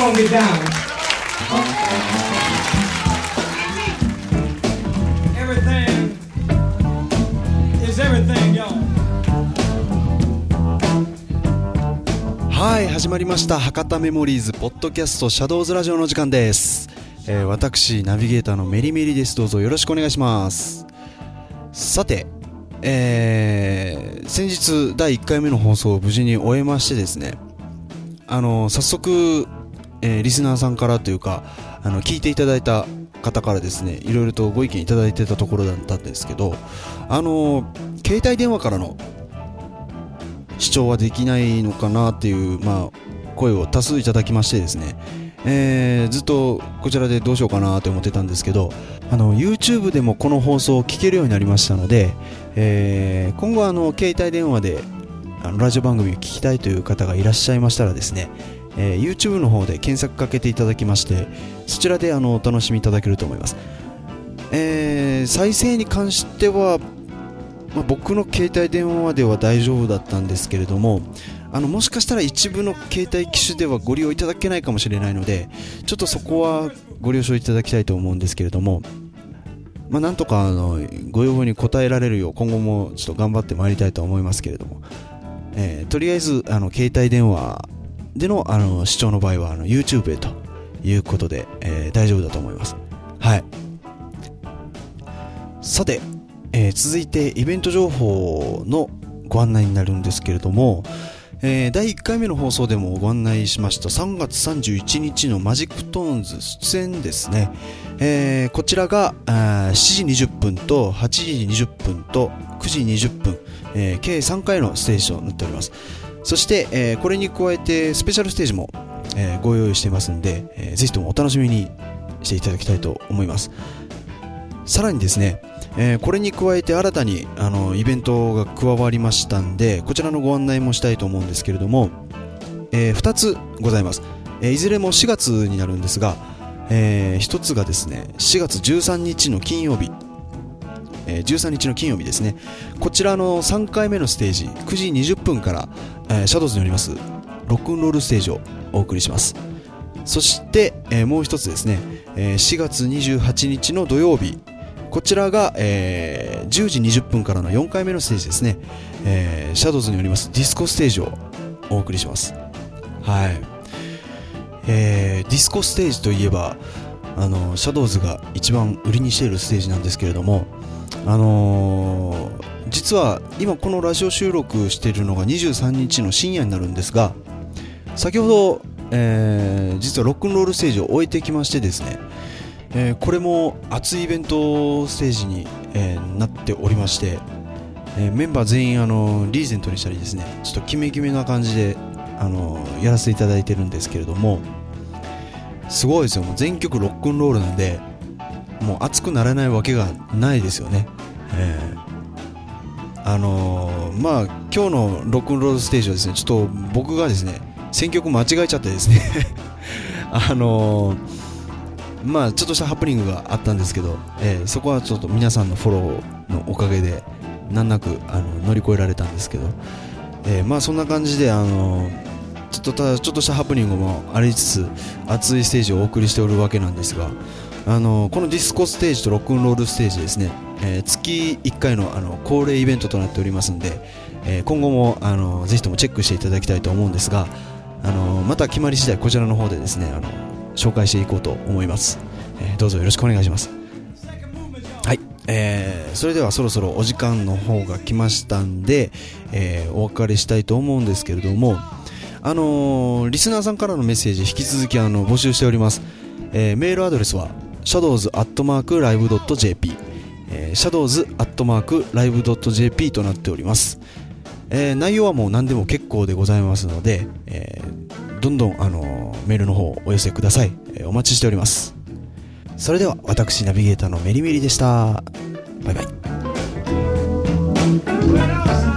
gonna get down. Everything is everything, y'all. はい、始まりました博多メモリーズポッドキャストシャドウズラジオの時間です。私ナビゲーターのメリメリです。どうぞよろしくお願いします。さて、先日第1回目の放送を無事に終えましてですね、早速、リスナーさんからというか聞いていただいた方からですね、いろいろとご意見いただいてたところだったんですけど、携帯電話からの視聴はできないのかなっていう、声を多数いただきましてですね、ずっとこちらでどうしようかなと思ってたんですけど、YouTube でもこの放送を聞けるようになりましたので、今後携帯電話でラジオ番組を聞きたいという方がいらっしゃいましたらですね、YouTube の方で検索かけていただきまして、そちらでお楽しみいただけると思います。再生に関しては、僕の携帯電話では大丈夫だったんですけれども、もしかしたら一部の携帯機種ではご利用いただけないかもしれないので、ちょっとそこはご了承いただきたいと思うんですけれども、なんとかご要望に応えられるよう今後もちょっと頑張ってまいりたいと思いますけれども、とりあえず携帯電話での視聴の場合はYouTube へということで、大丈夫だと思います。はい。さて、続いてイベント情報のご案内になるんですけれども、第1回目の放送でもご案内しました3月31日のマジックトーンズ出演ですね、こちらが7時20分と8時20分と9時20分、計3回のステージとなっております。そして、これに加えてスペシャルステージも、ご用意していますので、ぜひともお楽しみにしていただきたいと思います。さらにですね、これに加えて新たにイベントが加わりましたんで、こちらのご案内もしたいと思うんですけれども、2つございます。いずれも4月になるんですが、1つがですね4月13日の金曜日、13日の金曜日ですね。こちらの3回目のステージ9時20分から、シャドウズによりますロックンロールステージをお送りします。そして、もう一つですね、4月28日の土曜日、こちらが、10時20分からの4回目のステージですね、シャドウズによりますディスコステージをお送りします。はい。ディスコステージといえばシャドウズが一番売りにしているステージなんですけれども、実は今このラジオ収録しているのが23日の深夜になるんですが、先ほど、実はロックンロールステージを終えてきましてですね、これも熱いイベントステージに、なっておりまして、メンバー全員リーゼントにしたりですね、ちょっとキメキメな感じでやらせていただいてるんですけれども、すごいですよ。もう全曲ロックンロールなんで、もう熱くならないわけがないですよね。今日のロックンロールステージはですね、ちょっと僕がですね選曲間違えちゃってですねちょっとしたハプニングがあったんですけど、そこはちょっと皆さんのフォローのおかげで難なく乗り越えられたんですけど、そんな感じでちょっとしたハプニングもありつつ熱いステージをお送りしておるわけなんですが、このディスコステージとロックンロールステージですね、月1回の恒例イベントとなっておりますので、今後もぜひともチェックしていただきたいと思うんですが、また決まり次第こちらの方でですね紹介していこうと思います。どうぞよろしくお願いします。はい、それではそろそろお時間の方が来ましたんで、お別れしたいと思うんですけれども、リスナーさんからのメッセージ引き続き募集しております。メールアドレスは shadows@live.jp shadows@live.jp となっております。内容はもう何でも結構でございますので、どんどんメールの方お寄せください。お待ちしております。それでは私ナビゲーターのメリメリでした。バイバイ。